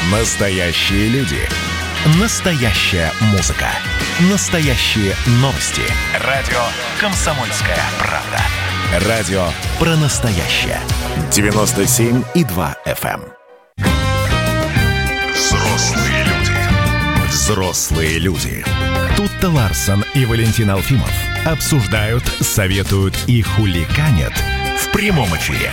Настоящие люди. Настоящая музыка. Настоящие новости. Радио «Комсомольская правда». Радио про настоящее. 97,2 FM. Взрослые люди. Взрослые люди. Тут-то Ларсон и Валентин Алфимов обсуждают, советуют и хулиганят в прямом эфире.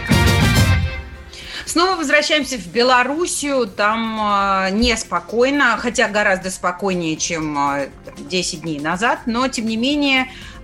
Снова возвращаемся в Белоруссию. Там неспокойно, хотя гораздо спокойнее, чем 10 дней назад, но, тем не менее,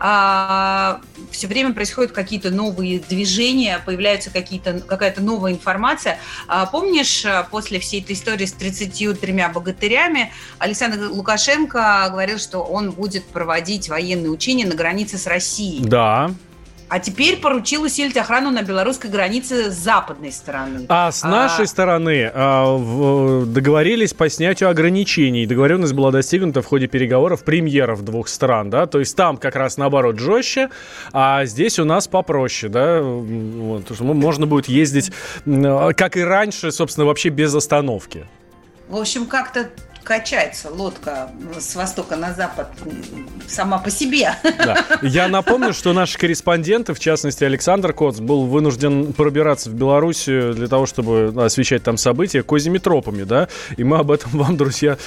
все время происходят какие-то новые движения, появляется какая-то новая информация. Помнишь, после всей этой истории с 33 богатырями Александр Лукашенко говорил, что он будет проводить военные учения на границе с Россией? Да. А теперь поручил усилить охрану на белорусской границе с западной стороны. А с нашей стороны договорились по снятию ограничений. Договоренность была достигнута в ходе переговоров премьеров двух стран, да, то есть там как раз наоборот жестче, а здесь у нас попроще, да, вот, можно будет ездить, как и раньше, собственно, вообще без остановки. В общем, как-то качается лодка с востока на запад сама по себе. Да. Я напомню, что наши корреспонденты, в частности Александр Коц, был вынужден пробираться в Белоруссию для того, чтобы освещать там события козьими тропами, да, и мы об этом вам, друзья,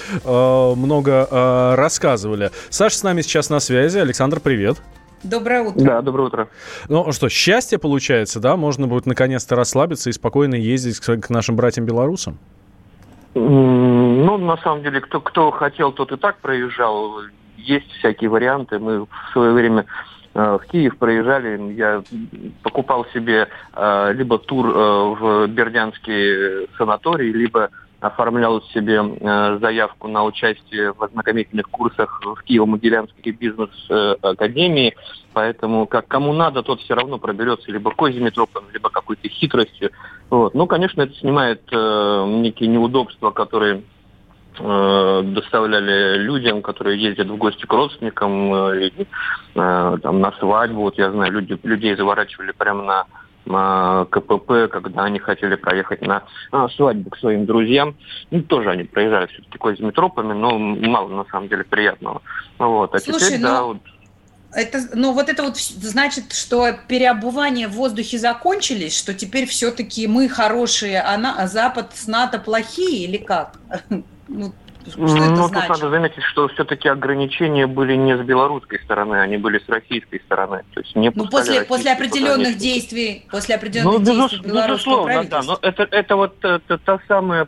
много рассказывали. Саша с нами сейчас на связи. Александр, привет. Доброе утро. Да, доброе утро. Ну что, счастье получается, да? Можно будет наконец-то расслабиться и спокойно ездить к нашим братьям-белорусам? Ну, на самом деле, кто хотел, тот и так проезжал. Есть всякие варианты. Мы в свое время в Киев проезжали. Я покупал себе либо тур в Бердянский санаторий, либо оформлял себе заявку на участие в ознакомительных курсах в Киево-Могилянской бизнес-академии. Поэтому кому надо, тот все равно проберется либо козьими тропами, либо какой-то хитростью. Вот. Ну, конечно, это снимает некие неудобства, которые доставляли людям, которые ездят в гости к родственникам, там, на свадьбу. Вот я знаю, людей заворачивали прямо на КПП, когда они хотели проехать на свадьбу к своим друзьям. Ну, тоже они проезжали все-таки козьими тропами, но мало, на самом деле, приятного. Вот. А слушай, теперь, да, вот... Это значит, что переобувания в воздухе закончились, что теперь все-таки мы хорошие, а Запад с НАТО плохие, или как? Что это значит? Тут надо заметить, что все-таки ограничения были не с белорусской стороны, они были с российской стороны. То есть не после определенных действий, действий белорусского правительства. Да, но это вот та самая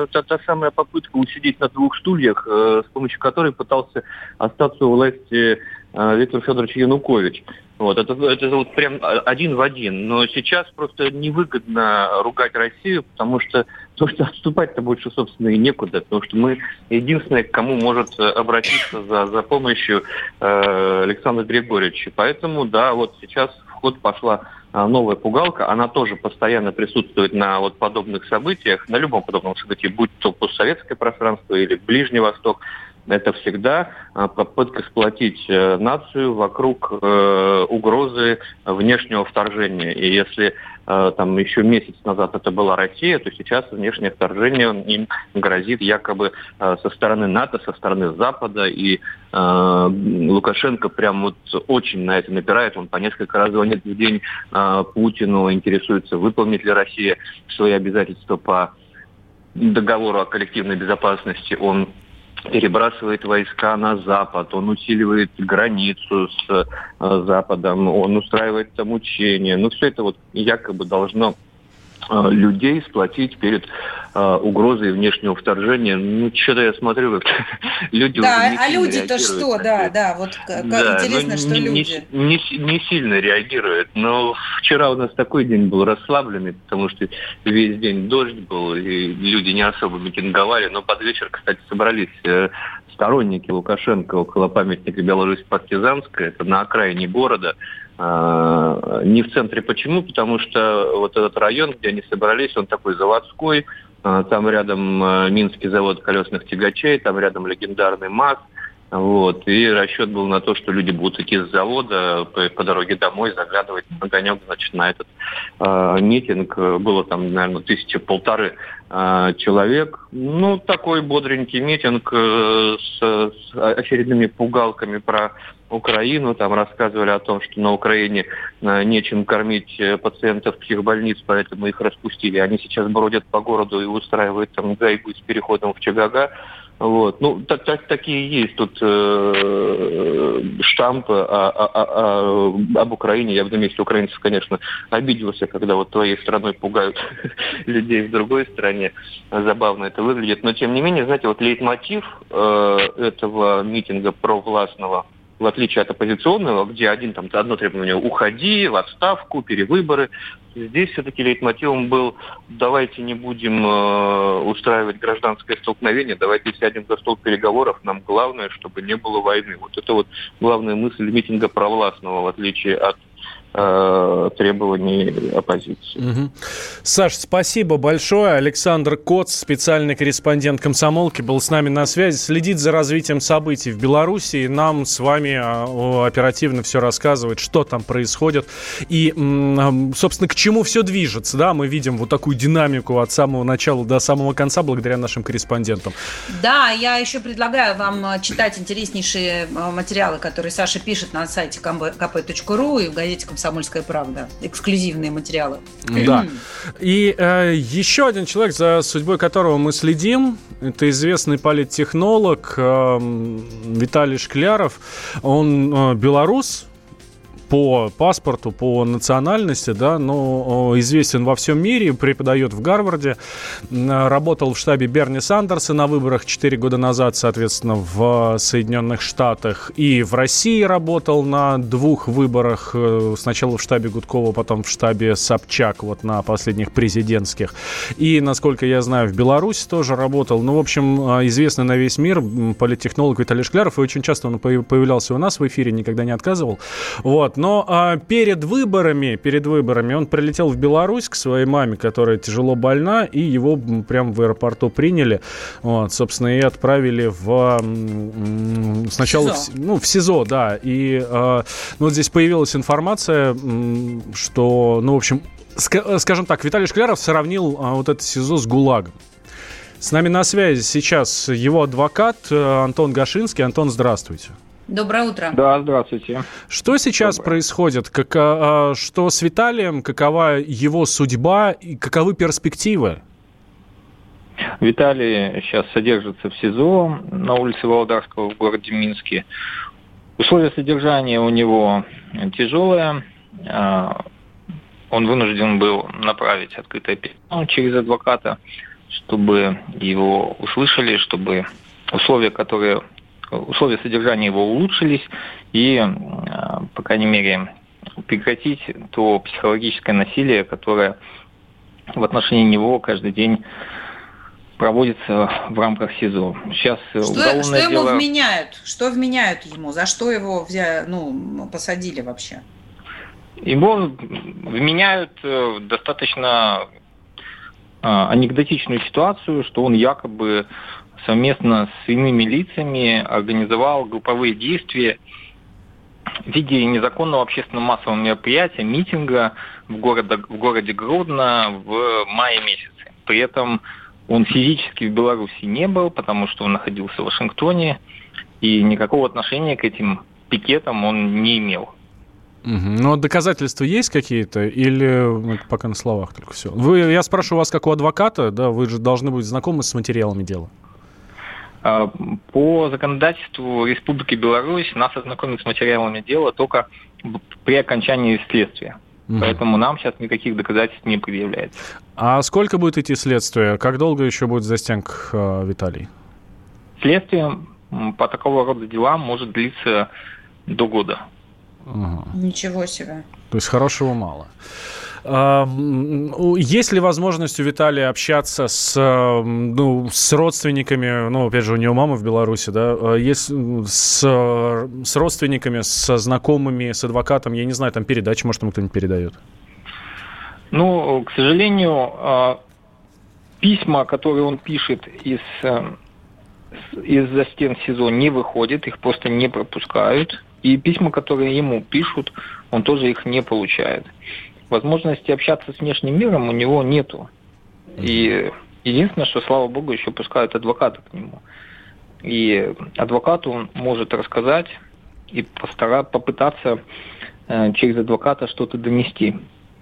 попытка усидеть на двух стульях, с помощью которой пытался остаться у власти Виктор Федорович Янукович. Вот, это вот прям один в один. Но сейчас просто невыгодно ругать Россию, потому что отступать-то больше, собственно, и некуда. Потому что мы единственные, к кому может обратиться за помощью Александр Григорьевич. Поэтому, да, вот сейчас в ход пошла новая пугалка. Она тоже постоянно присутствует на вот подобных событиях, на любом подобном событии, будь то постсоветское пространство или Ближний Восток. Это всегда попытка сплотить нацию вокруг угрозы внешнего вторжения. И если там еще месяц назад это была Россия, то сейчас внешнее вторжение им грозит якобы со стороны НАТО, со стороны Запада. И Лукашенко прям вот очень на это напирает. Он по несколько раз звонит в день Путину, интересуется, выполнит ли Россия свои обязательства по договору о коллективной безопасности. Он перебрасывает войска на Запад, он усиливает границу с Западом, он устраивает там учения. Ну, все это вот якобы должно людей сплотить перед угрозой внешнего вторжения. Ну, что-то я смотрю, как люди да, уже не а люди-то что? Да, вот интересно, что люди. Не сильно реагируют. Но вчера у нас такой день был расслабленный, потому что весь день дождь был, и люди не особо митинговали. Но под вечер, кстати, собрались сторонники Лукашенко около памятника Беларусь партизанская. Это на окраине города. Не в центре. Почему? Потому что вот этот район, где они собрались, он такой заводской. Там рядом Минский завод колесных тягачей, там рядом легендарный МАЗ. Вот. И расчет был на то, что люди будут идти с завода по дороге домой, заглядывать на огонек, значит, на этот митинг. Было там, наверное, 1500 человек. Ну, такой бодренький митинг с очередными пугалками про Украину. Там рассказывали о том, что на Украине нечем кормить пациентов психбольниц, поэтому их распустили. Они сейчас бродят по городу и устраивают там гайку с переходом в Чагага. Вот. Ну, такие есть тут штампы об Украине. Я бы на месте украинцев, конечно, обиделся, когда вот твоей страной пугают людей в другой стране. Забавно это выглядит. Но, тем не менее, знаете, вот лейтмотив этого митинга провластного, в отличие от оппозиционного, где одно требование – уходи, в отставку, перевыборы. Здесь все-таки лейтмотивом был: давайте не будем устраивать гражданское столкновение, давайте сядем за стол переговоров, нам главное, чтобы не было войны. Вот это вот главная мысль митинга провластного, в отличие от требований оппозиции. Угу. Саш, спасибо большое. Александр Коц, специальный корреспондент «Комсомолки», был с нами на связи, следит за развитием событий в Беларуси и нам с вами оперативно все рассказывает, что там происходит и, собственно, к чему все движется. Да? Мы видим вот такую динамику от самого начала до самого конца благодаря нашим корреспондентам. Да, я еще предлагаю вам читать интереснейшие материалы, которые Саша пишет на сайте kp.ru и в газете «Комсомольская правда». Эксклюзивные материалы. Да. И еще один человек, за судьбой которого мы следим, это известный политтехнолог Виталий Шкляров. Он белорус по паспорту, по национальности, да, но известен во всем мире, преподает в Гарварде, работал в штабе Берни Сандерса на выборах 4 года назад, соответственно, в Соединенных Штатах, и в России работал на 2 выборах, сначала в штабе Гудкова, потом в штабе Собчак, вот на последних президентских, и, насколько я знаю, в Беларуси тоже работал. Ну, в общем, известный на весь мир политтехнолог Виталий Шкляров, и очень часто он появлялся у нас в эфире, никогда не отказывал. Вот. Но перед выборами он прилетел в Беларусь к своей маме, которая тяжело больна, и его прямо в аэропорту приняли, вот, собственно, и отправили сначала в СИЗО, да. И вот здесь появилась информация, что, ну, в общем, скажем так, Виталий Шкляров сравнил вот это СИЗО с ГУЛАГом. С нами на связи сейчас его адвокат Антон Гашинский. Антон, здравствуйте. Доброе утро. Да, здравствуйте. Что сейчас происходит? Что с Виталием? Какова его судьба и каковы перспективы? Виталий сейчас содержится в СИЗО на улице Володарского в городе Минске. Условия содержания у него тяжелые. Он вынужден был направить открытое письмо через адвоката, чтобы его услышали, чтобы условия содержания его улучшились и, по крайней мере, прекратить то психологическое насилие, которое в отношении него каждый день проводится в рамках СИЗО. Сейчас что ему вменяют? Что вменяют ему? За что его посадили вообще? Ему вменяют достаточно анекдотичную ситуацию, что он якобы совместно с иными лицами организовал групповые действия в виде незаконного общественного массового мероприятия, митинга в городе Гродно в мае месяце. При этом он физически в Беларуси не был, потому что он находился в Вашингтоне, и никакого отношения к этим пикетам он не имел. Но доказательства есть какие-то или пока на словах только все? Я спрашиваю вас как у адвоката, да, вы же должны быть знакомы с материалами дела. По законодательству Республики Беларусь нас ознакомят с материалами дела только при окончании следствия. Поэтому нам сейчас никаких доказательств не предъявляется. А сколько будет идти следствие? Как долго еще будет застенк, Виталий? Следствие по такого рода делам может длиться до года. Ничего себе. То есть хорошего мало. Есть ли возможность у Виталия общаться с родственниками, опять же, у него мама в Беларуси, да, есть с родственниками, со знакомыми, с адвокатом, я не знаю, там передачи, может, ему кто-нибудь передает? К сожалению, письма, которые он пишет из из-за стен СИЗО не выходит, их просто не пропускают. И письма, которые ему пишут, он тоже их не получает. Возможности общаться с внешним миром у него нету. И единственное, что, слава богу, еще пускают адвоката к нему. И адвокату он может рассказать и попытаться через адвоката что-то донести.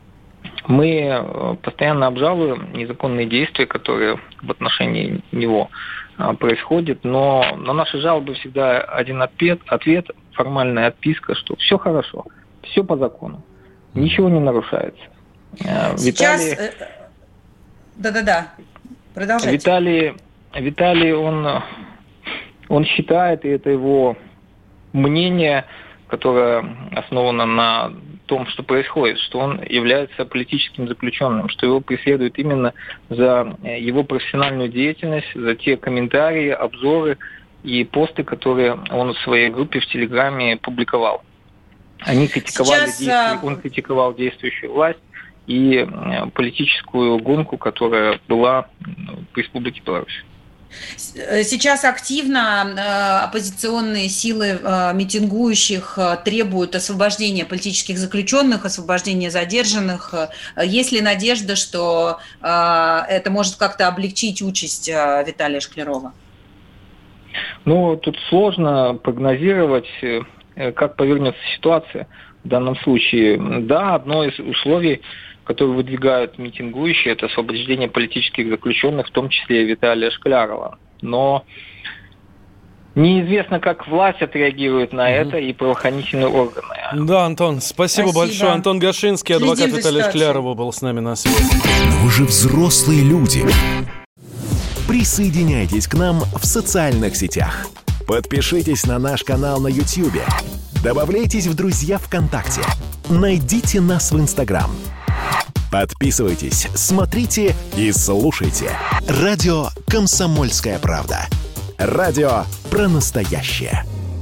Мы постоянно обжалуем незаконные действия, которые в отношении него происходят, но на наши жалобы всегда один ответ, формальная отписка, что все хорошо, все по закону, ничего не нарушается. Сейчас... Да-да-да, продолжайте. Виталий, он считает, и это его мнение, которое основано на том, что происходит, что он является политическим заключенным, что его преследуют именно за его профессиональную деятельность, за те комментарии, обзоры и посты, которые он в своей группе в Телеграме публиковал. Они критиковали он критиковал действующую власть и политическую гонку, которая была в Республике Беларусь. Сейчас активно оппозиционные силы митингующих требуют освобождения политических заключенных, освобождения задержанных. Есть ли надежда, что это может как-то облегчить участь Виталия Шклярова? Ну, тут сложно прогнозировать, как повернется ситуация в данном случае. Да, одно из условий, которые выдвигают митингующие, это освобождение политических заключенных, в том числе и Виталия Шклярова. Но неизвестно, как власть отреагирует на это и правоохранительные органы. Да, Антон, спасибо большое. Антон Гашинский, адвокат Виталия Шклярова, был с нами на связи. Но вы же взрослые люди. Присоединяйтесь к нам в социальных сетях. Подпишитесь на наш канал на YouTube. Добавляйтесь в друзья ВКонтакте. Найдите нас в Инстаграм. Подписывайтесь, смотрите и слушайте. Радио «Комсомольская правда». Радио про настоящее.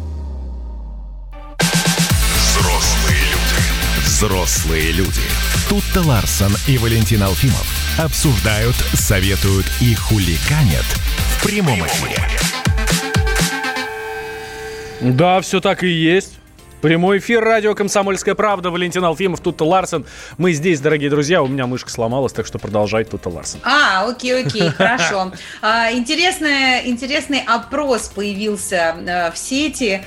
Взрослые люди. Тут-то Ларсон и Валентин Алфимов обсуждают, советуют и хуликанят в прямом эфире. Да, все так и есть. Прямой эфир, радио «Комсомольская правда», Валентин Алфимов, Тут-то Ларсон. Мы здесь, дорогие друзья, у меня мышка сломалась, так что продолжай, Тут-то Ларсон. Окей, хорошо. Интересный опрос появился в сети.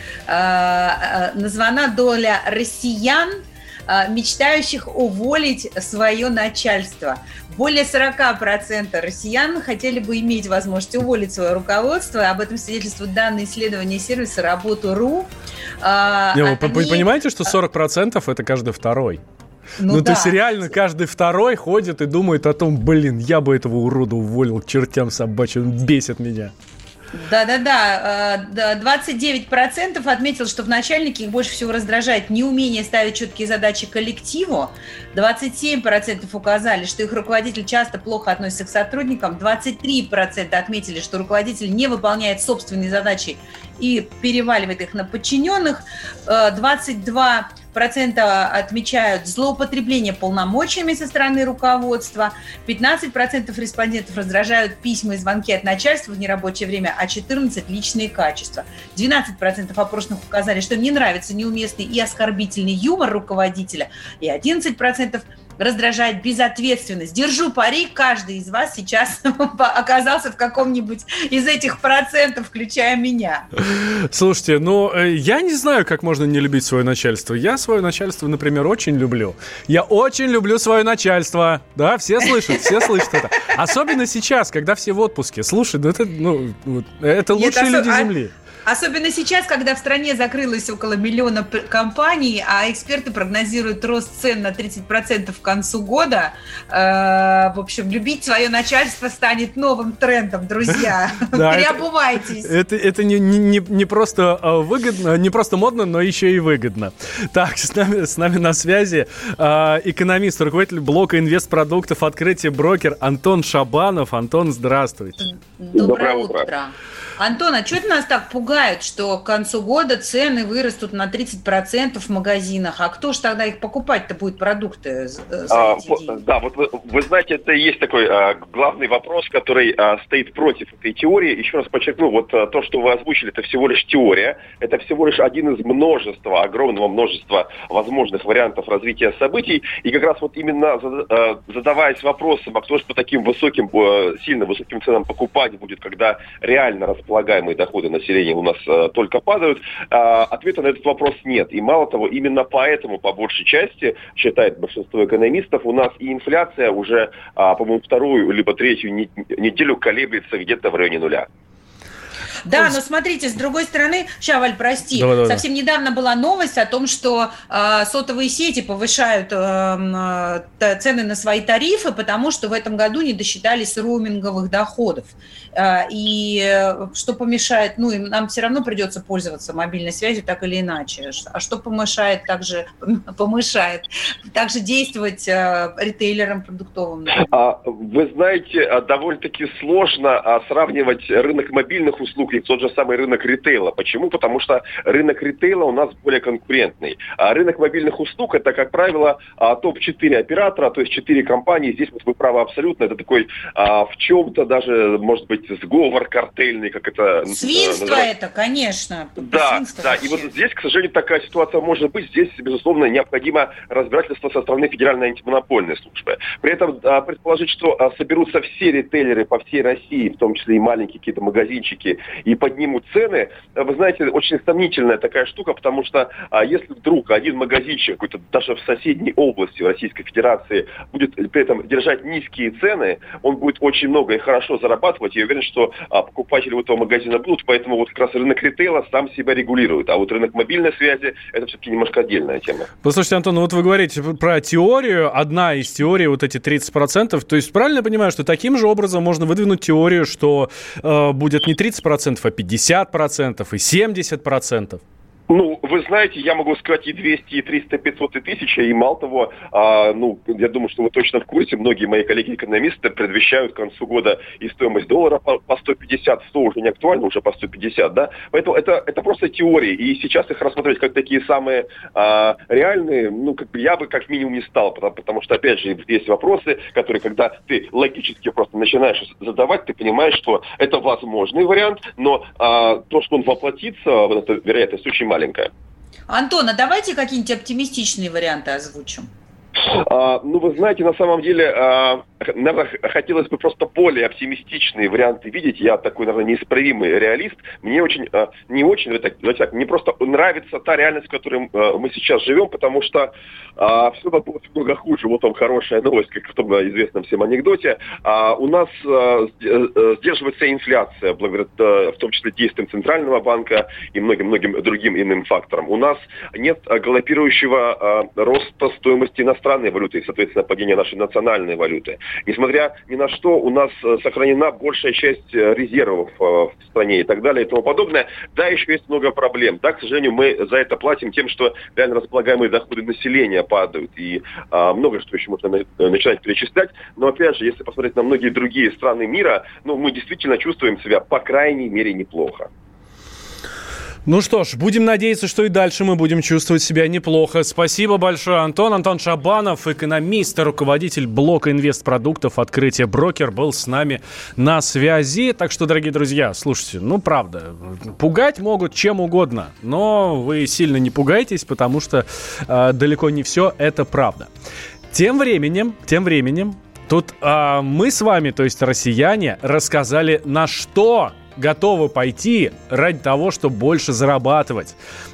Названа доля россиян, мечтающих уволить свое начальство. Более 40% россиян хотели бы иметь возможность уволить свое руководство. Об этом свидетельствуют данные исследования сервиса «Работу.ру». Вы понимаете, что 40% это каждый второй? Ну, то есть реально каждый второй ходит и думает о том, я бы этого урода уволил к чертям собачьим, он бесит меня. Да. 29% отметил, что в начальнике их больше всего раздражает неумение ставить четкие задачи коллективу. 27% указали, что их руководитель часто плохо относится к сотрудникам. 23% отметили, что руководитель не выполняет собственные задачи и переваливает их на подчиненных. 22% отмечают злоупотребление полномочиями со стороны руководства. 15% респондентов раздражают письма и звонки от начальства в нерабочее время, а 14% личные качества. 12% опрошенных указали, что им не нравится неуместный и оскорбительный юмор руководителя, и 11% раздражает безответственность. Держу пари, каждый из вас сейчас оказался в каком-нибудь из этих процентов, включая меня. Слушайте, я не знаю, как можно не любить свое начальство. Я свое начальство, например, очень люблю. Я очень люблю свое начальство. Да, все слышат это. Особенно сейчас, когда все в отпуске. Слушай, это лучшие люди Земли. Особенно сейчас, когда в стране закрылось около 1 миллиона компаний, а эксперты прогнозируют рост цен на 30% к концу года. В общем, любить свое начальство станет новым трендом, друзья. Переобувайтесь. Это не просто выгодно, не просто модно, но еще и выгодно. Так, с нами на связи экономист, руководитель блока инвестпродуктов «Открытие брокер» Антон Шабанов. Антон, здравствуйте. Доброе утро. Антон, а что ты нас так пугают, что к концу года цены вырастут на 30% в магазинах. А кто же тогда их покупать-то будет, продукты за эти деньги? Да, вот вы знаете, это и есть такой главный вопрос, который стоит против этой теории. Еще раз подчеркну, вот то, что вы озвучили, это всего лишь теория. Это всего лишь один из множества, огромного множества возможных вариантов развития событий. И как раз вот именно задаваясь вопросом, а кто же по таким высоким, сильно высоким ценам покупать будет, когда реально располагаемые доходы населения у нас только падают, ответа на этот вопрос нет. И мало того, именно поэтому, по большей части, считает большинство экономистов, у нас и инфляция уже, по-моему, вторую либо третью неделю колеблется где-то в районе нуля. Да, но смотрите, с другой стороны, Валь, прости, совсем недавно была новость о том, что сотовые сети повышают цены на свои тарифы, потому что в этом году не досчитались роуминговых доходов. И что помешает, и нам все равно придется пользоваться мобильной связью так или иначе. А что помешает также действовать ритейлерам продуктовым? Вы знаете, довольно-таки сложно сравнивать рынок мобильных услуг и тот же самый рынок ритейла. Почему? Потому что рынок ритейла у нас более конкурентный. А рынок мобильных услуг — это, как правило, топ-4 оператора, то есть 4 компании. Здесь вот вы правы абсолютно. Это такой в чем-то даже, может быть, сговор картельный, как это свинство называется. Это, конечно. Да. И вот здесь, к сожалению, такая ситуация может быть. Здесь, безусловно, необходимо разбирательство со стороны Федеральной антимонопольной службы. При этом предположить, что соберутся все ритейлеры по всей России, в том числе и маленькие какие-то магазинчики, и поднимут цены, вы знаете, очень сомнительная такая штука, потому что если вдруг один магазинчик, какой-то даже в соседней области Российской Федерации, будет при этом держать низкие цены, он будет очень много и хорошо зарабатывать. Я уверен, что покупатели у этого магазина будут, поэтому вот как раз рынок ритейла сам себя регулирует. А вот рынок мобильной связи — это все-таки немножко отдельная тема. Послушайте, Антон, вот вы говорите про теорию, одна из теорий, вот эти 30%, то есть правильно я понимаю, что таким же образом можно выдвинуть теорию, что будет не 30%, а 50% и 70%? Вы знаете, я могу сказать и 200, и 300, 500, и 1000, и мало того, я думаю, что вы точно в курсе, многие мои коллеги-экономисты предвещают к концу года и стоимость доллара по 150, 100 уже не актуально, уже по 150, да, поэтому это просто теории, и сейчас их рассматривать как такие самые реальные, я бы как минимум не стал, потому что, опять же, есть вопросы, которые, когда ты логически просто начинаешь задавать, ты понимаешь, что это возможный вариант, но то, что он воплотится, эта вероятность очень маленькая. Антон, а давайте какие-нибудь оптимистичные варианты озвучим. Вы знаете, на самом деле, наверное, хотелось бы просто более оптимистичные варианты видеть. Я такой, наверное, неисправимый реалист. Мне мне просто нравится та реальность, в которой мы сейчас живем, потому что все было много хуже. Вот вам хорошая новость, как в том известном всем анекдоте. У нас сдерживается инфляция, благодаря в том числе действиям Центрального банка и многим-многим другим иным факторам. У нас нет галопирующего роста стоимости иностранной валюты и, соответственно, падения нашей национальной валюты. Несмотря ни на что, у нас сохранена большая часть резервов в стране и так далее и тому подобное. Да, еще есть много проблем. Да, к сожалению, мы за это платим тем, что реально располагаемые доходы населения падают. И много что еще можно начинать перечислять. Но, опять же, если посмотреть на многие другие страны мира, мы действительно чувствуем себя, по крайней мере, неплохо. Ну что ж, будем надеяться, что и дальше мы будем чувствовать себя неплохо. Спасибо большое, Антон. Антон Шабанов, экономист, руководитель блока инвестпродуктов «Открытие Брокер», был с нами на связи. Так что, дорогие друзья, слушайте, правда, пугать могут чем угодно, но вы сильно не пугайтесь, потому что далеко не все это правда. Тем временем, тут мы с вами, то есть россияне, рассказали, на что готовы пойти ради того, чтобы больше зарабатывать.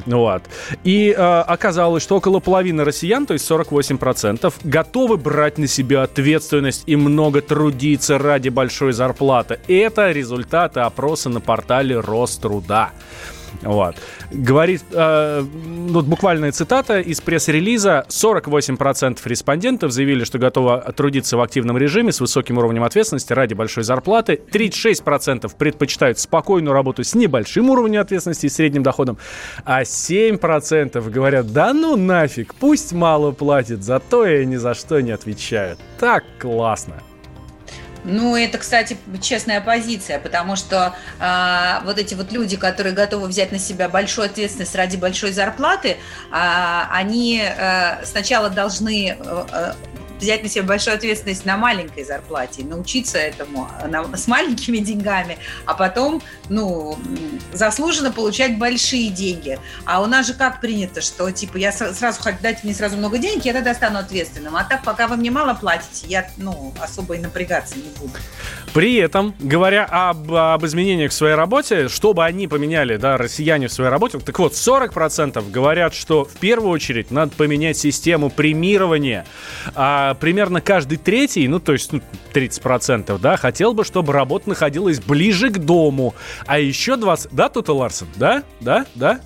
И оказалось, что около половины россиян, то есть 48%, готовы брать на себя ответственность и много трудиться ради большой зарплаты. Это результаты опроса на портале Роструда. Говорит, буквальная цитата из пресс-релиза: 48% респондентов заявили, что готовы трудиться в активном режиме с высоким уровнем ответственности ради большой зарплаты. 36% предпочитают спокойную работу с небольшим уровнем ответственности и средним доходом. А 7% говорят: да ну нафиг, пусть мало платят, зато я ни за что не отвечаю. Так классно. Ну, это, кстати, честная позиция, потому что вот эти вот люди, которые готовы взять на себя большую ответственность ради большой зарплаты, они сначала должны взять на себя большую ответственность на маленькой зарплате, научиться этому с маленькими деньгами, а потом, заслуженно получать большие деньги. А у нас же как принято, что, типа, я сразу, дайте мне сразу много денег, я тогда стану ответственным. А так, пока вы мне мало платите, я, особо и напрягаться не буду. При этом, говоря об изменениях в своей работе, чтобы они поменяли, россияне в своей работе, так вот, 40% говорят, что в первую очередь надо поменять систему премирования. Примерно каждый третий, то есть 30%, хотел бы, чтобы работа находилась ближе к дому. А еще 20%... Да, Тута Ларсен? Да? Да. Да,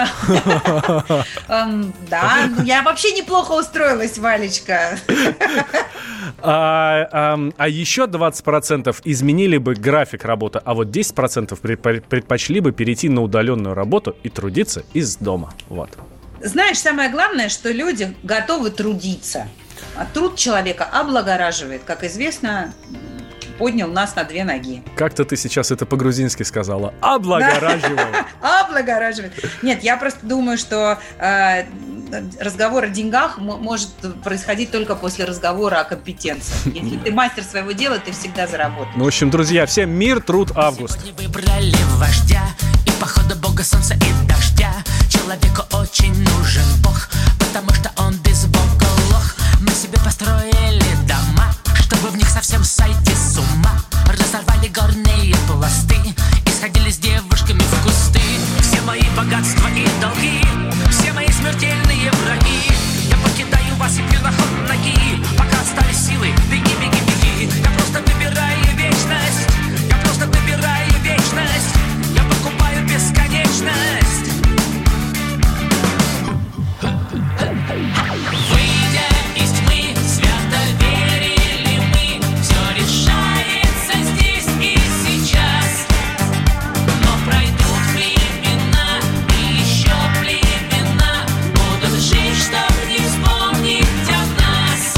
я вообще неплохо устроилась, Валечка. А еще 20% изменили бы график работы, а вот 10% предпочли бы перейти на удаленную работу и трудиться из дома. Вот. Знаешь, самое главное, что люди готовы трудиться. А труд человека облагораживает, как известно, поднял нас на 2 ноги. Как-то ты сейчас это по-грузински сказала. Облагораживает. Облагораживает. Нет, я просто думаю, что разговор о деньгах может происходить только после разговора о компетенции. Если ты мастер своего дела, ты всегда заработаешь. В общем, друзья, всем мир, труд, август. Сегодня выбрали вождя, и походу бога солнца и дождя. Человеку очень нужен Бог, потому что он без бога лох. Мы себе построили дома, чтобы в них совсем сойти с ума. Разорвали горные пласты и сходили с девушками в кусты. Все мои богатства и долги, все мои смертельные враги. Я покидаю вас и пью на ход ноги, пока остались силы, беги, беги, беги. Я просто выбираю вечность, я просто выбираю вечность. Я покупаю бесконечность. Выйдя из тьмы, свято верили мы, все решается здесь и сейчас. Но пройдут времена и еще племена будут жить, чтоб не вспомнить о нас.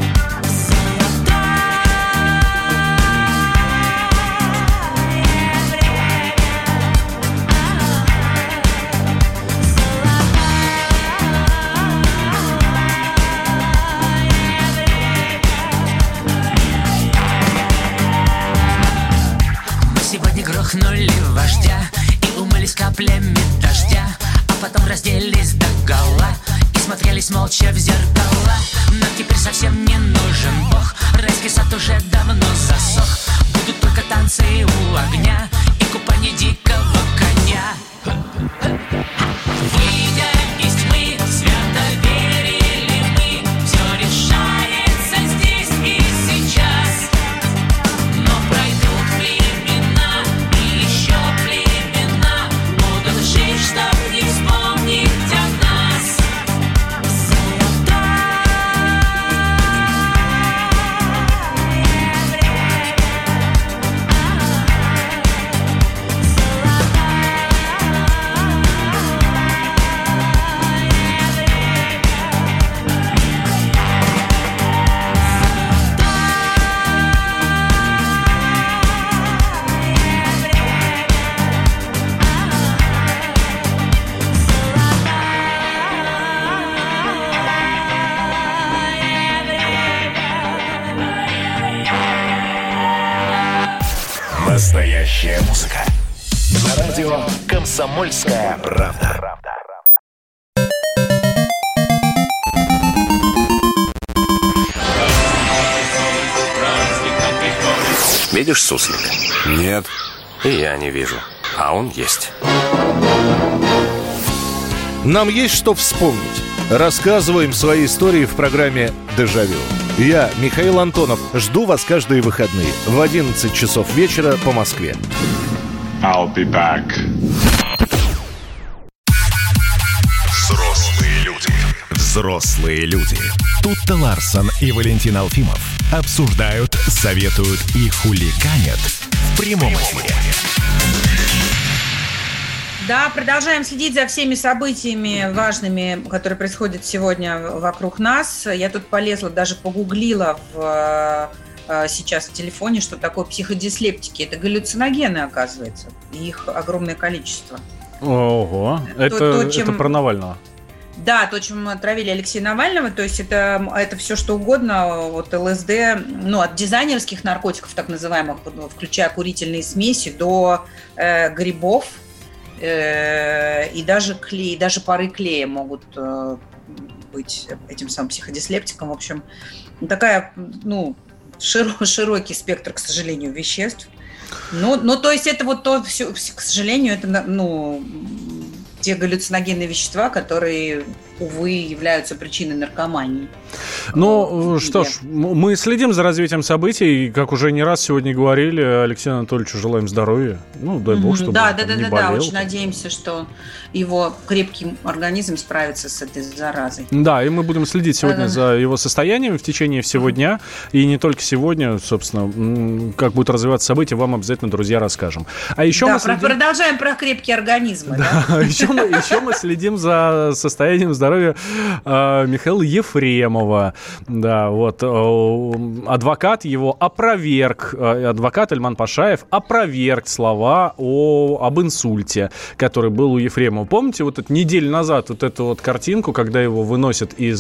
Сегодня грохнули вождя и умылись каплями дождя, а потом разделись догола и смотрелись молча в зеркала. Но теперь совсем не нужен Бог, райский сад уже давно засох. Будут только танцы у огня и купание дикого коня. Выйдя из тьмы, свято верили мы, все решается здесь и сейчас. Но пройдут времена и еще племена будут жить, чтоб не вспомнить о нас. Настоящая музыка. На радио «Комсомольская правда». Видишь суслик? Нет. И я не вижу. А он есть. Нам есть что вспомнить. Рассказываем свои истории в программе «Дежавю». Я, Михаил Антонов, жду вас каждые выходные в 11 часов вечера по Москве. I'll be back. Взрослые люди. Взрослые люди. Тутта Ларсон и Валентин Алфимов обсуждают, советуют и хулиганят в прямом эфире. Да, продолжаем следить за всеми событиями важными, которые происходят сегодня вокруг нас. Я тут полезла, даже погуглила в сейчас в телефоне, что такое психодислептики. Это галлюциногены, оказывается. И их огромное количество. Ого, это про Навального. Да, то, чем мы отравили Алексея Навального, то есть это все что угодно, вот ЛСД, от дизайнерских наркотиков, так называемых, включая курительные смеси, до грибов, и даже клей, даже пары клея могут быть этим самым психодислептиком. В общем, такая, широкий спектр, к сожалению, веществ. То есть это вот то все, к сожалению, это, те галлюциногенные вещества, которые, увы, являются причиной наркомании. Что ж, мы следим за развитием событий, и, как уже не раз сегодня говорили, Алексею Анатольевичу желаем здоровья. Дай бог, чтобы он не болел. Да, очень надеемся, что его крепкий организм справится с этой заразой. Да, и мы будем следить сегодня за его состоянием в течение всего дня, и не только сегодня, собственно, как будут развиваться события, вам обязательно, друзья, расскажем. А еще мы продолжаем про крепкие организмы. Да, еще мы следим за состоянием здоровья Михаила Ефремова. Да, вот адвокат его опроверг, адвокат Ильман Пашаев опроверг слова об инсульте, который был у Ефремова. Помните, вот это неделю назад вот эту вот картинку, когда его выносят из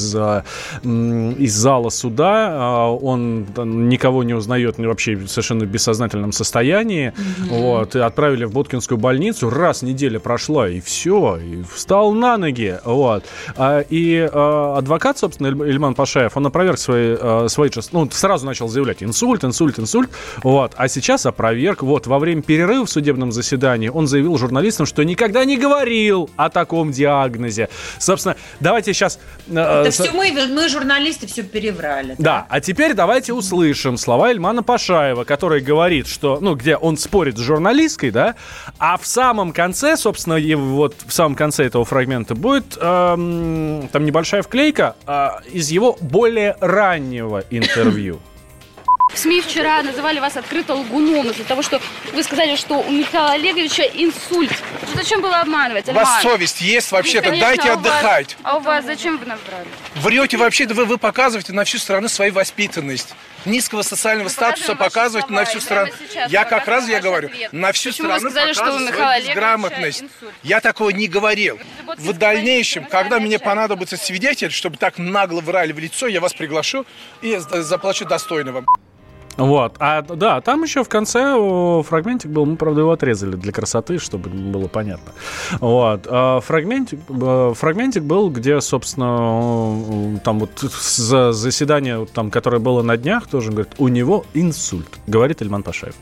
зала суда, он никого не узнает, вообще совершенно в бессознательном состоянии, вот, и отправили в Боткинскую больницу, неделя прошла, и все, и встал на ноги, вот. И адвокат, собственно, Ильман Пашаев, он опроверг свои сразу начал заявлять инсульт, вот, а сейчас опроверг, вот, во время перерыва в судебном заседании он заявил журналистам, что никогда не говорил о таком диагнозе. Собственно, давайте сейчас... Это все мы, журналисты, все переврали. Да, а теперь давайте услышим слова Ильмана Пашаева, который говорит, что, где он спорит с журналисткой, да, а в самом конце, собственно, вот в самом конце этого фрагмента будет там небольшая вклейка из его более раннего интервью. В СМИ вчера называли вас открыто лгуном из-за того, что вы сказали, что у Михаила Олеговича инсульт. Зачем было обманывать? У вас совесть есть вообще-то? Дайте отдыхать. А у вас зачем вы нас брали? Врете вообще-то, вы показываете на всю страну свою воспитанность. Низкого социального статуса показываете на всю страну. Я как раз говорю, на всю страну показываю свою безграмотность. Я такого не говорил. В дальнейшем, когда мне понадобится свидетель, чтобы так нагло врали в лицо, я вас приглашу и заплачу достойно вам. Вот, да, там еще в конце фрагментик был, мы, правда, его отрезали для красоты, чтобы было понятно. Вот, фрагментик был, где, собственно, там вот заседание, там, которое было на днях, тоже говорит, у него инсульт, говорит Ильман Пашаев.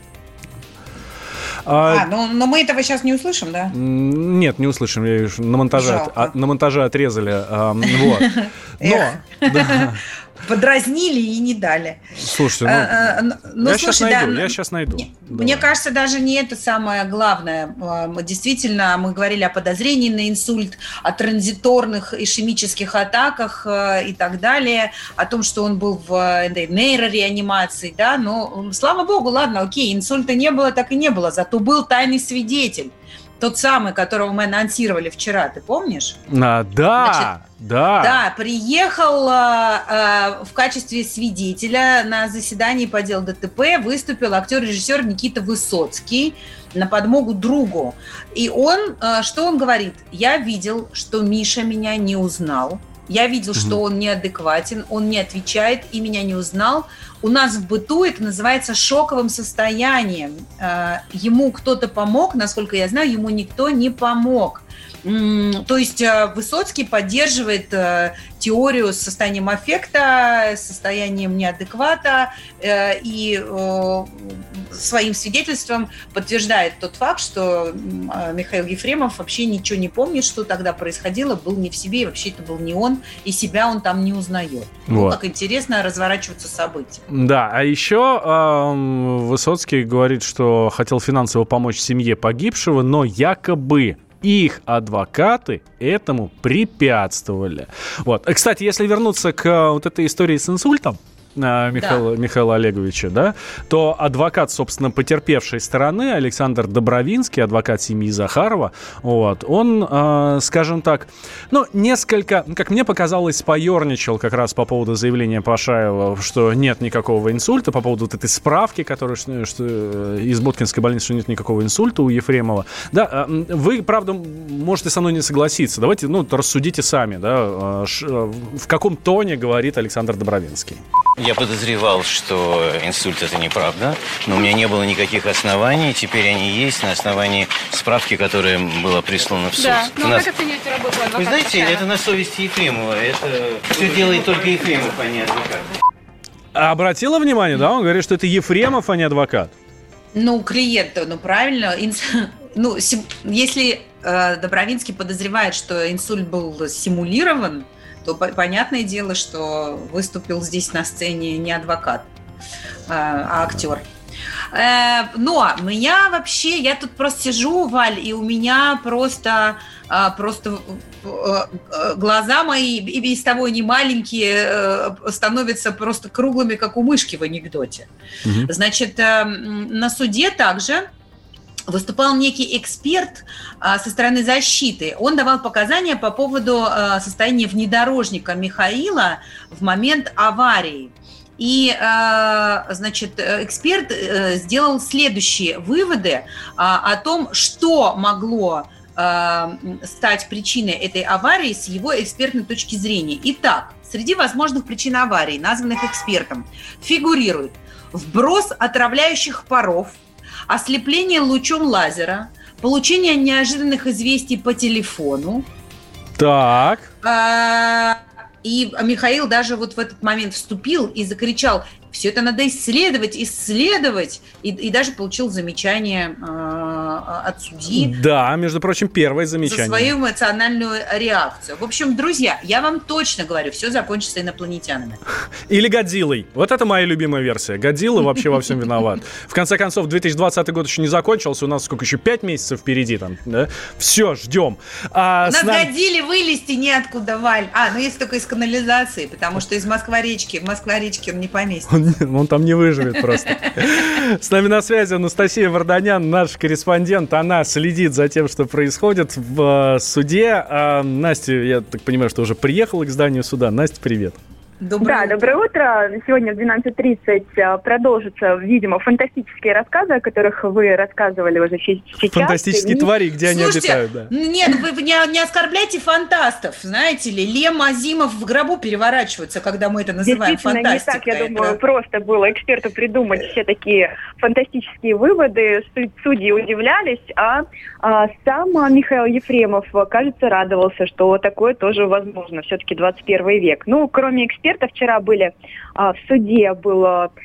Но мы этого сейчас не услышим, да? Нет, не услышим, на монтаже отрезали. Вот. Но... Подразнили и не дали. Слушайте, я сейчас найду. Мне кажется, даже не это самое главное. Действительно, мы говорили о подозрении на инсульт, о транзиторных ишемических атаках и так далее, о том, что он был в нейрореанимации, да, но, слава богу, ладно, окей, инсульта не было, так и не было, зато был тайный свидетель. Тот самый, которого мы анонсировали вчера, ты помнишь? Да. Да, приехал в качестве свидетеля на заседании по делу ДТП, выступил актер-режиссер Никита Высоцкий на подмогу другу. И что он говорит? Я видел, что Миша меня не узнал. Я видел, что он неадекватен, он не отвечает и меня не узнал. У нас в быту это называется шоковым состоянием. Ему кто-то помог, насколько я знаю, ему никто не помог. То есть Высоцкий поддерживает теорию с состоянием аффекта, с состоянием неадеквата и своим свидетельством подтверждает тот факт, что Михаил Ефремов вообще ничего не помнит, что тогда происходило, был не в себе, и вообще это был не он, и себя он там не узнает. Вот. Как интересно разворачиваются события. Да, а еще Высоцкий говорит, что хотел финансово помочь семье погибшего, но якобы их адвокаты этому препятствовали. Вот. Кстати, если вернуться к вот этой истории с инсультом, Михаила Олеговича, да, то адвокат, собственно, потерпевшей стороны Александр Добровинский, адвокат семьи Захарова, вот, он, скажем так, несколько, как мне показалось, поерничал как раз по поводу заявления Пашаева, что нет никакого инсульта, по поводу вот этой справки, которая что из Боткинской больницы, что нет никакого инсульта у Ефремова. Да, вы, правда, можете со мной не согласиться. Давайте, рассудите сами, да, в каком тоне говорит Александр Добровинский. Я подозревал, что инсульт — это неправда, но у меня не было никаких оснований. Теперь они есть на основании справки, которая была прислана в суд. Да, как оцениваете работу адвоката? Вы знаете, это на совести Ефремова. Это все делает только Ефремов, а не адвокат. Обратила внимание, да? Он говорит, что это Ефремов, а не адвокат. Клиент, правильно. Если Добровинский подозревает, что инсульт был симулирован, то понятное дело, что выступил здесь на сцене не адвокат, а актер. Но меня вообще, я тут просто сижу, Валь, и у меня просто глаза мои, и без того не маленькие, становятся просто круглыми, как у мышки в анекдоте. Значит, на суде также выступал некий эксперт со стороны защиты. Он давал показания по поводу состояния внедорожника Михаила в момент аварии. И, эксперт сделал следующие выводы о том, что могло стать причиной этой аварии с его экспертной точки зрения. Итак, среди возможных причин аварии, названных экспертом, фигурирует вброс отравляющих паров, ослепление лучом лазера, получение неожиданных известий по телефону. Так. И Михаил даже вот в этот момент вступил и закричал: все это надо исследовать, и даже получил замечание от судьи. Да, между прочим, первое замечание. За свою эмоциональную реакцию. В общем, друзья, я вам точно говорю, все закончится инопланетянами. Или Годзиллой. Вот это моя любимая версия. Годзилла вообще во всем виноват. В конце концов, 2020 год еще не закончился, у нас сколько еще, 5 месяцев впереди там, да? Все, ждем. На Годзилле вылезти неоткуда, Валь. Если только из канализации, потому что из Москва-речки он не поместится. Он там не выживет просто. С нами на связи Анастасия Варданян, наш корреспондент. Она следит за тем, что происходит в суде. Настя, я так понимаю, что уже приехала к зданию суда. Настя, привет. Доброе утро. Сегодня в 12:30 продолжатся, видимо, фантастические рассказы, о которых вы рассказывали уже сейчас. Фантастические твари, где они обитают, да. Нет, вы не оскорбляйте фантастов, знаете ли. Лем, Азимов в гробу переворачиваются, когда мы это называем фантастикой. Не так, я думаю, просто было эксперту придумать все такие фантастические выводы. Судьи удивлялись, а сам Михаил Ефремов, кажется, радовался, что такое тоже возможно. Все-таки 21 век. Кроме экспертов, вчера были в суде, был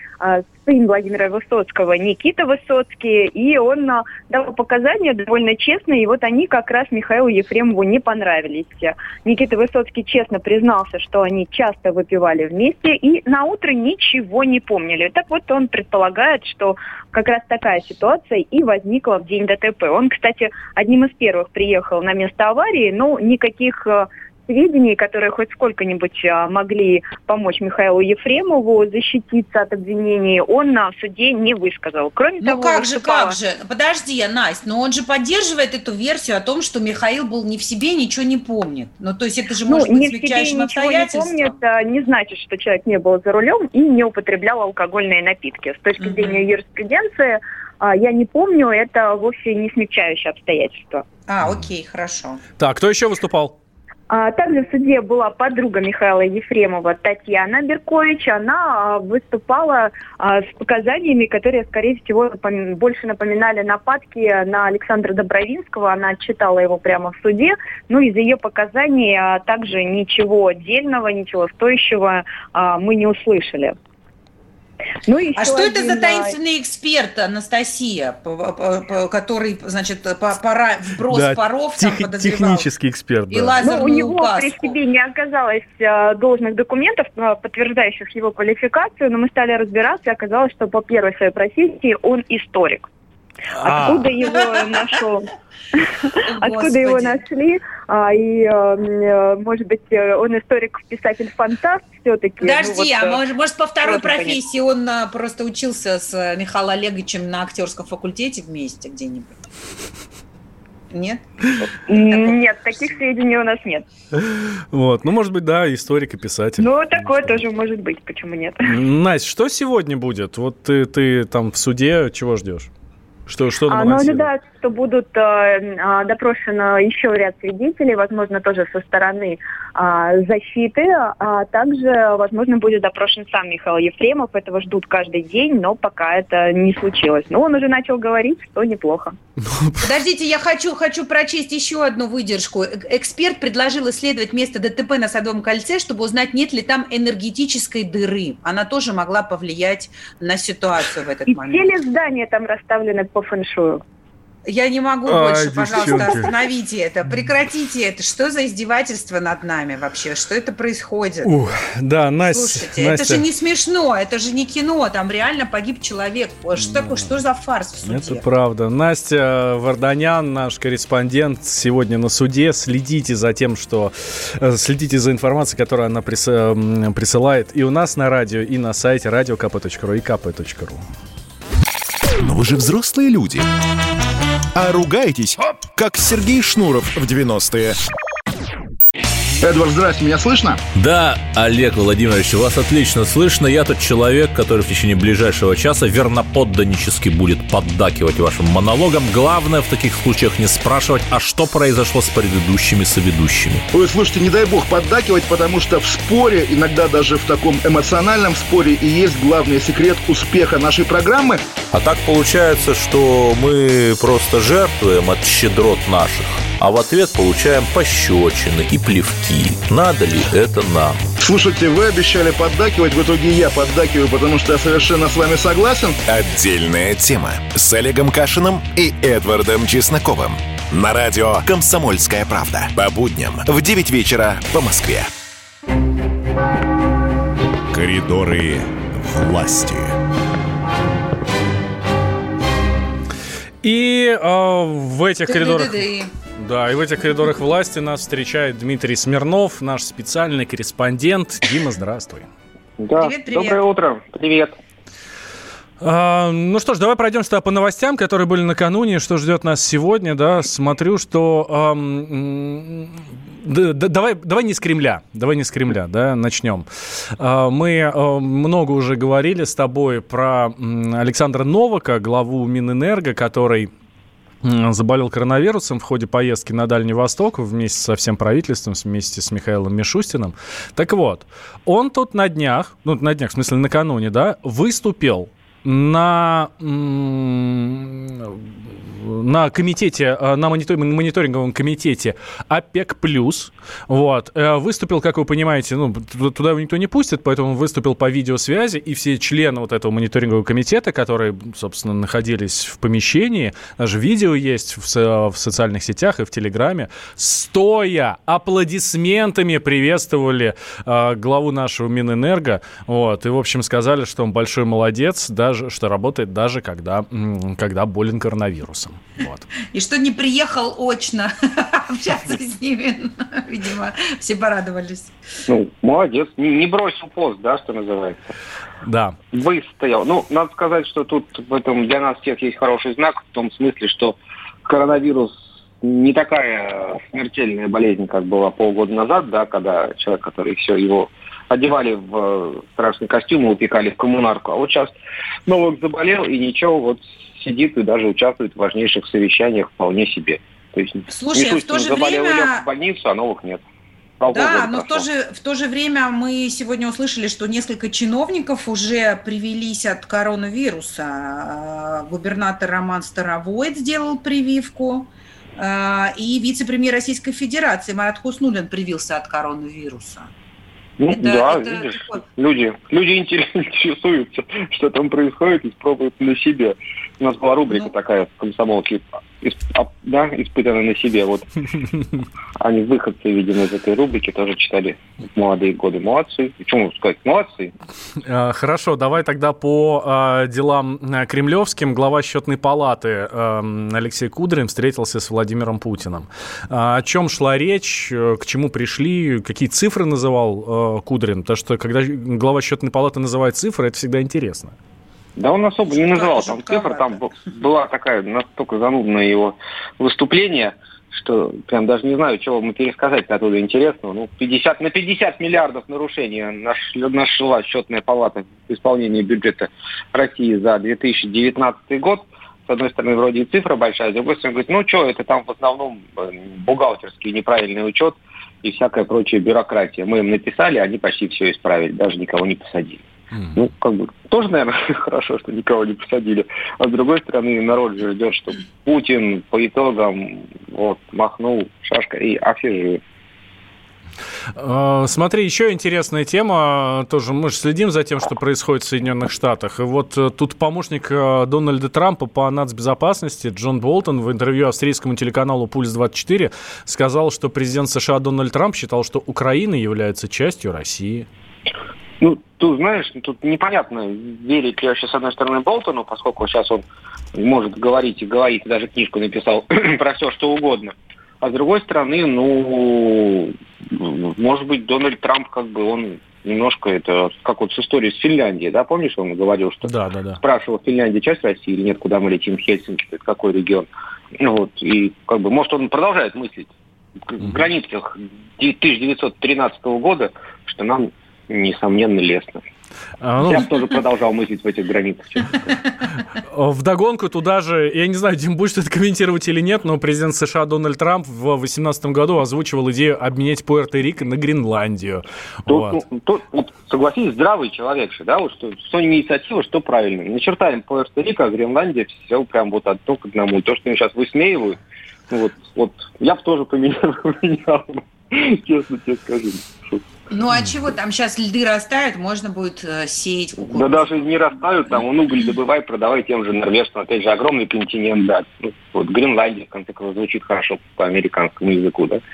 сын Владимира Высоцкого, Никита Высоцкий, и он дал показания довольно честно, и вот они как раз Михаилу Ефремову не понравились. Никита Высоцкий честно признался, что они часто выпивали вместе и наутро ничего не помнили. Так вот, он предполагает, что как раз такая ситуация и возникла в день ДТП. Он, кстати, одним из первых приехал на место аварии, но никаких сведений, которые хоть сколько-нибудь могли помочь Михаилу Ефремову защититься от обвинений, он в суде не высказал. Кроме того, как же? Подожди, Настя, но он же поддерживает эту версию о том, что Михаил был не в себе, ничего не помнит. То есть это же может быть смягчающим обстоятельством. Не помнит, не значит, что человек не был за рулем и не употреблял алкогольные напитки. С точки зрения юриспруденции, я не помню, это вовсе не смягчающее обстоятельство. Окей, хорошо. Так, кто еще выступал? Также в суде была подруга Михаила Ефремова Татьяна Беркович. Она выступала с показаниями, которые, скорее всего, больше напоминали нападки на Александра Добровинского. Она читала его прямо в суде. Из ее показаний также ничего отдельного, ничего стоящего мы не услышали. Что это за таинственный эксперт, Анастасия, который, вброс паров там подозревал? Технический эксперт, да. И лазерную у него указку. При себе не оказалось должных документов, подтверждающих его квалификацию, но мы стали разбираться, и оказалось, что по первой своей профессии он историк. Откуда его нашел? Откуда его нашли? И, может быть, он историк-писатель-фантаст все-таки? Подожди, может, по второй профессии он просто учился с Михаилом Олеговичем на актерском факультете вместе где-нибудь? Нет? Нет, таких сведений у нас нет. Вот, может быть, да, историк и писатель. Такое тоже может быть, почему нет? Настя, что сегодня будет? Вот ты там в суде чего ждешь? Что ожидают, что будут допрошены еще ряд свидетелей, возможно, тоже со стороны защиты, а также, возможно, будет допрошен сам Михаил Ефремов. Этого ждут каждый день, но пока это не случилось. Но он уже начал говорить, что неплохо. Подождите, я хочу прочесть еще одну выдержку. Эксперт предложил исследовать место ДТП на Садовом кольце, чтобы узнать, нет ли там энергетической дыры. Она тоже могла повлиять на ситуацию в этот момент. И все ли здания там расставлены по фэншую? Я не могу больше, пожалуйста, остановите это, прекратите это. Что за издевательство над нами вообще? Что это происходит? Да, Настя. Слушайте, это же не смешно, это же не кино, там реально погиб человек. Что за фарс в суде? Это правда. Настя Варданян, наш корреспондент, сегодня на суде. Следите за информацией, которую она присылает и у нас на радио, и на сайте radiokp.ru и kp.ru. Но вы же взрослые люди. А ругаетесь, как Сергей Шнуров в 90-е. Эдвард, здрасте, меня слышно? Да, Олег Владимирович, вас отлично слышно. Я тот человек, который в течение ближайшего часа верноподданнически будет поддакивать вашим монологам. Главное в таких случаях не спрашивать, а что произошло с предыдущими соведущими. Ой, слушайте, не дай бог поддакивать, потому что в споре, иногда даже в таком эмоциональном споре, и есть главный секрет успеха нашей программы. А так получается, что мы просто жертвуем от щедрот наших, а в ответ получаем пощечины и плевки. Надо ли это нам? Слушайте, вы обещали поддакивать, в итоге я поддакиваю, потому что я совершенно с вами согласен. Отдельная тема с Олегом Кашиным и Эдвардом Чесноковым. На радио «Комсомольская правда». По будням в 9 вечера по Москве. Коридоры власти. И в этих коридорах... Да, и в этих коридорах власти нас встречает Дмитрий Смирнов, наш специальный корреспондент. Дима, здравствуй. Да, привет. Доброе утро. Привет. Ну что ж, давай пройдем по новостям, которые были накануне, что ждет нас сегодня, да, смотрю, что... Давай не с Кремля, да, начнем. Мы много уже говорили с тобой про Александра Новака, главу Минэнерго, который заболел коронавирусом в ходе поездки на Дальний Восток вместе со всем правительством, вместе с Михаилом Мишустиным. Так вот, он тут на днях, в смысле накануне, да, выступил на комитете, на мониторинговом комитете ОПЕК+. Вот. Выступил, как вы понимаете, туда его никто не пустит, поэтому он выступил по видеосвязи, и все члены вот этого мониторингового комитета, которые, собственно, находились в помещении, даже видео есть в социальных сетях и в Телеграме, стоя аплодисментами приветствовали главу нашего Минэнерго, вот, и, в общем, сказали, что он большой молодец, даже, что работает даже когда болен коронавирусом. Вот. И что не приехал очно общаться с ними. Видимо, все порадовались. Молодец. Не бросил пост, да, что называется. Да. Выстоял. Надо сказать, что тут в этом для нас всех есть хороший знак, в том смысле, что коронавирус не такая смертельная болезнь, как была полгода назад, да, когда человек, который его одевали в страшный костюм и упекали в коммунарку. А вот сейчас Новак заболел, и ничего, сидит и даже участвует в важнейших совещаниях вполне себе. То есть, слушай, в то же время... лег в больницу, а Новак нет. Да, но в то же время мы сегодня услышали, что несколько чиновников уже привились от коронавируса. Губернатор Роман Старовойт сделал прививку, и вице-премьер Российской Федерации Марат Хуснуллин привился от коронавируса. Видишь, люди интересуются, что там происходит, и пробуют на себе. У нас была рубрика такая в «Комсомолке» испытаны на себе. Вот они выходцы, видимо, из этой рубрики тоже читали молодые годы. Молодцы. Почему сказать? Молодцы. Хорошо, давай тогда по делам кремлевским. Глава счетной палаты Алексей Кудрин встретился с Владимиром Путиным. О чем шла речь, к чему пришли, какие цифры называл Кудрин? Потому что когда глава счетной палаты называет цифры, это всегда интересно. Да он особо не называл там цифр, там была такая настолько занудное его выступление, что прям даже не знаю, чего вам пересказать оттуда интересного. Ну, 50 миллиардов нарушений нашла счетная палата в исполнении бюджета России за 2019 год. С одной стороны, вроде и цифра большая, с другой стороны, говорит, это там в основном бухгалтерский неправильный учет и всякая прочая бюрократия. Мы им написали, они почти все исправили, даже никого не посадили. Тоже, наверное, хорошо, что никого не посадили. А с другой стороны, народ же ждет, что Путин по итогам махнул шашкой, а все живы. Смотри, еще интересная тема. Тоже мы же следим за тем, что происходит в Соединенных Штатах. И вот тут помощник Дональда Трампа по нацбезопасности Джон Болтон в интервью австрийскому телеканалу «Пульс-24» сказал, что президент США Дональд Трамп считал, что Украина является частью России. Тут, знаешь, тут непонятно, верить ли вообще, с одной стороны, Болтону, поскольку сейчас он может говорить и говорить, даже книжку написал про все, что угодно. А с другой стороны, может быть, Дональд Трамп, он немножко, это как с историей с Финляндией, да, помнишь, он говорил, что спрашивал, Финляндия часть России или нет, куда мы летим, Хельсинки, это какой регион. И может, он продолжает мыслить в границах 1913 года, что нам несомненно, лестно. Я тоже продолжал мыслить в этих границах. Вдогонку туда же, я не знаю, Дим, будешь ты это комментировать или нет, но президент США Дональд Трамп в 2018 году озвучивал идею обменять Пуэрто-Рико на Гренландию. Согласись, здравый человек же, да, что инициатива, что правильно. Начертаем Пуэрто-Рико, а Гренландия все прям одно к одному. То, что меня сейчас высмеивают, я бы тоже поменял. Честно тебе скажу. А чего? Там сейчас льды растают, можно будет сеять кукурузу. Да даже не растают, там уголь добывай, продавай тем же норвежцам. Опять же, огромный континент, да. Гренландия, в конце концов, звучит хорошо по американскому языку, да.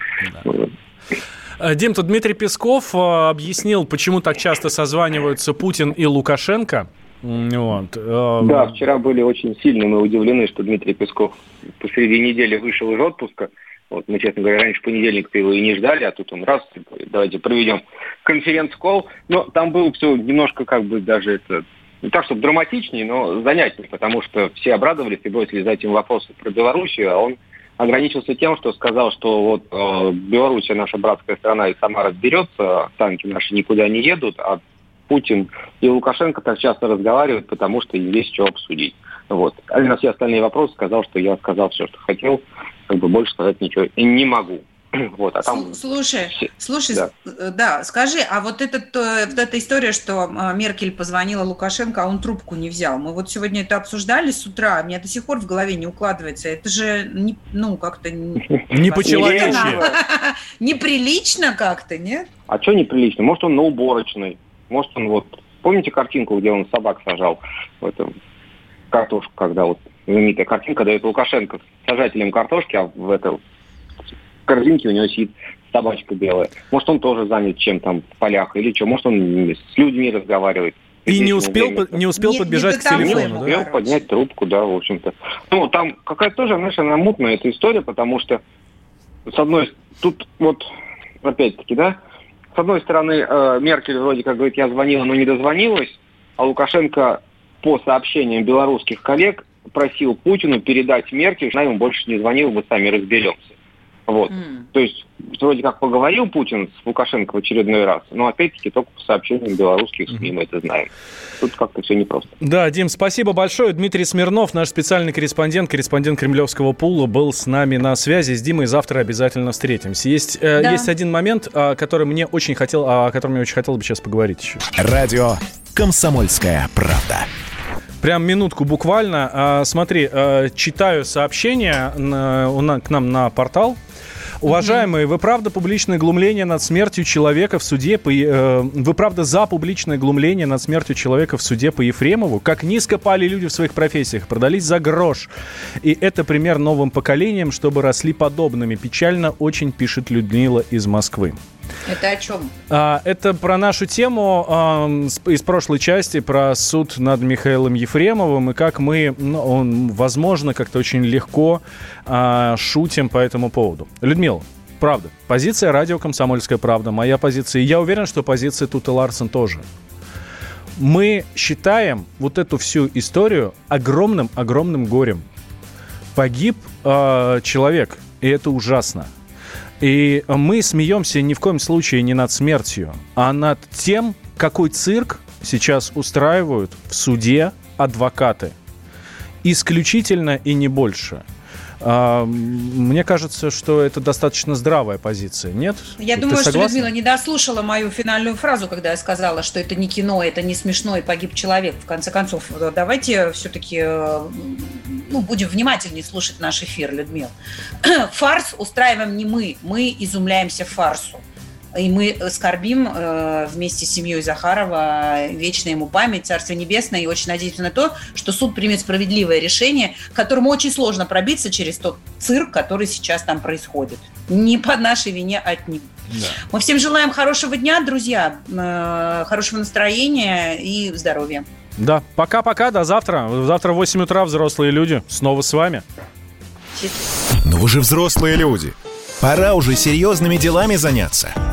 Дим, тут Дмитрий Песков объяснил, почему так часто созваниваются Путин и Лукашенко. Да, вчера были очень сильно мы удивлены, что Дмитрий Песков посреди недели вышел из отпуска. Мы, честно говоря, раньше понедельника его и не ждали, а тут он давайте проведем конференц-колл. Но там было все немножко даже это, не так, чтобы драматичнее, но занятнее, потому что все обрадовались и бросили за этим вопросы про Белоруссию, а он ограничился тем, что сказал, что Белоруссия наша братская страна и сама разберется, танки наши никуда не едут, а Путин и Лукашенко так часто разговаривают, потому что им есть что обсудить. А на все остальные вопросы сказал, что я сказал все, что хотел, больше сказать ничего не могу. Слушай, да, скажи, а эта история, что Меркель позвонила Лукашенко, а он трубку не взял. Мы сегодня это обсуждали с утра, мне до сих пор в голове не укладывается. Это же, как-то... Не по-человечески. Неприлично как-то, нет? А что неприлично? Может, он на уборочной. Может, он Помните картинку, где он собак сажал в этом картошку, когда знаменитая картинка дает Лукашенко с сажателем картошки, а в этой корзинке у него сидит собачка белая. Может, он тоже занят чем-то в полях или что. Может, он с людьми разговаривает. И не успел подбежать к телефону, не успел поднять трубку, да, в общем-то. Там какая-то тоже, она мутная эта история, потому что опять-таки, да, с одной стороны, Меркель вроде как говорит, я звонила, но не дозвонилась, а Лукашенко по сообщениям белорусских коллег просил Путину передать Меркель, что она ему больше не звонила, мы сами разберемся. То есть, вроде как поговорил Путин с Лукашенко в очередной раз, но опять-таки только по сообщениям белорусских СМИ мы это знаем. Тут как-то все непросто. Да, Дим, спасибо большое. Дмитрий Смирнов, наш специальный корреспондент Кремлевского пула, был с нами на связи. С Димой завтра обязательно встретимся. Есть один момент, о котором мне очень хотелось бы сейчас поговорить еще. Радио «Комсомольская правда». Прям минутку буквально. Смотри, читаю сообщение к нам на портал. Уважаемые, вы правда публичное глумление над смертью человека в суде вы правда за публичное глумление над смертью человека в суде по Ефремову? Как низко пали люди в своих профессиях, продались за грош. И это пример новым поколениям, чтобы росли подобными. Печально очень, пишет Людмила из Москвы. Это о чем? Это про нашу тему из прошлой части, про суд над Михаилом Ефремовым, и как мы, возможно, как-то очень легко шутим по этому поводу. Людмила, правда, позиция радио «Комсомольская правда», моя позиция, и я уверен, что позиция Туты Ларсен тоже. Мы считаем вот эту всю историю огромным горем. Погиб человек, и это ужасно. И мы смеемся ни в коем случае не над смертью, а над тем, какой цирк сейчас устраивают в суде адвокаты. Исключительно и не больше. Мне кажется, что это достаточно здравая позиция, нет? Я думаю, что Людмила не дослушала мою финальную фразу, когда я сказала, что это не кино, это не смешно, и погиб человек. В конце концов, давайте все-таки будем внимательнее слушать наш эфир, Людмила. Фарс устраиваем не мы изумляемся фарсу. И мы скорбим вместе с семьей Захарова, вечная ему память, Царствие Небесное, и очень надеемся на то, что суд примет справедливое решение, к которому очень сложно пробиться через тот цирк, который сейчас там происходит. Не по нашей вине отнюдь. Да. Мы всем желаем хорошего дня, друзья, хорошего настроения и здоровья. Да, пока-пока, до завтра. Завтра в 8 утра взрослые люди снова с вами. Но вы же взрослые люди. Пора уже серьезными делами заняться.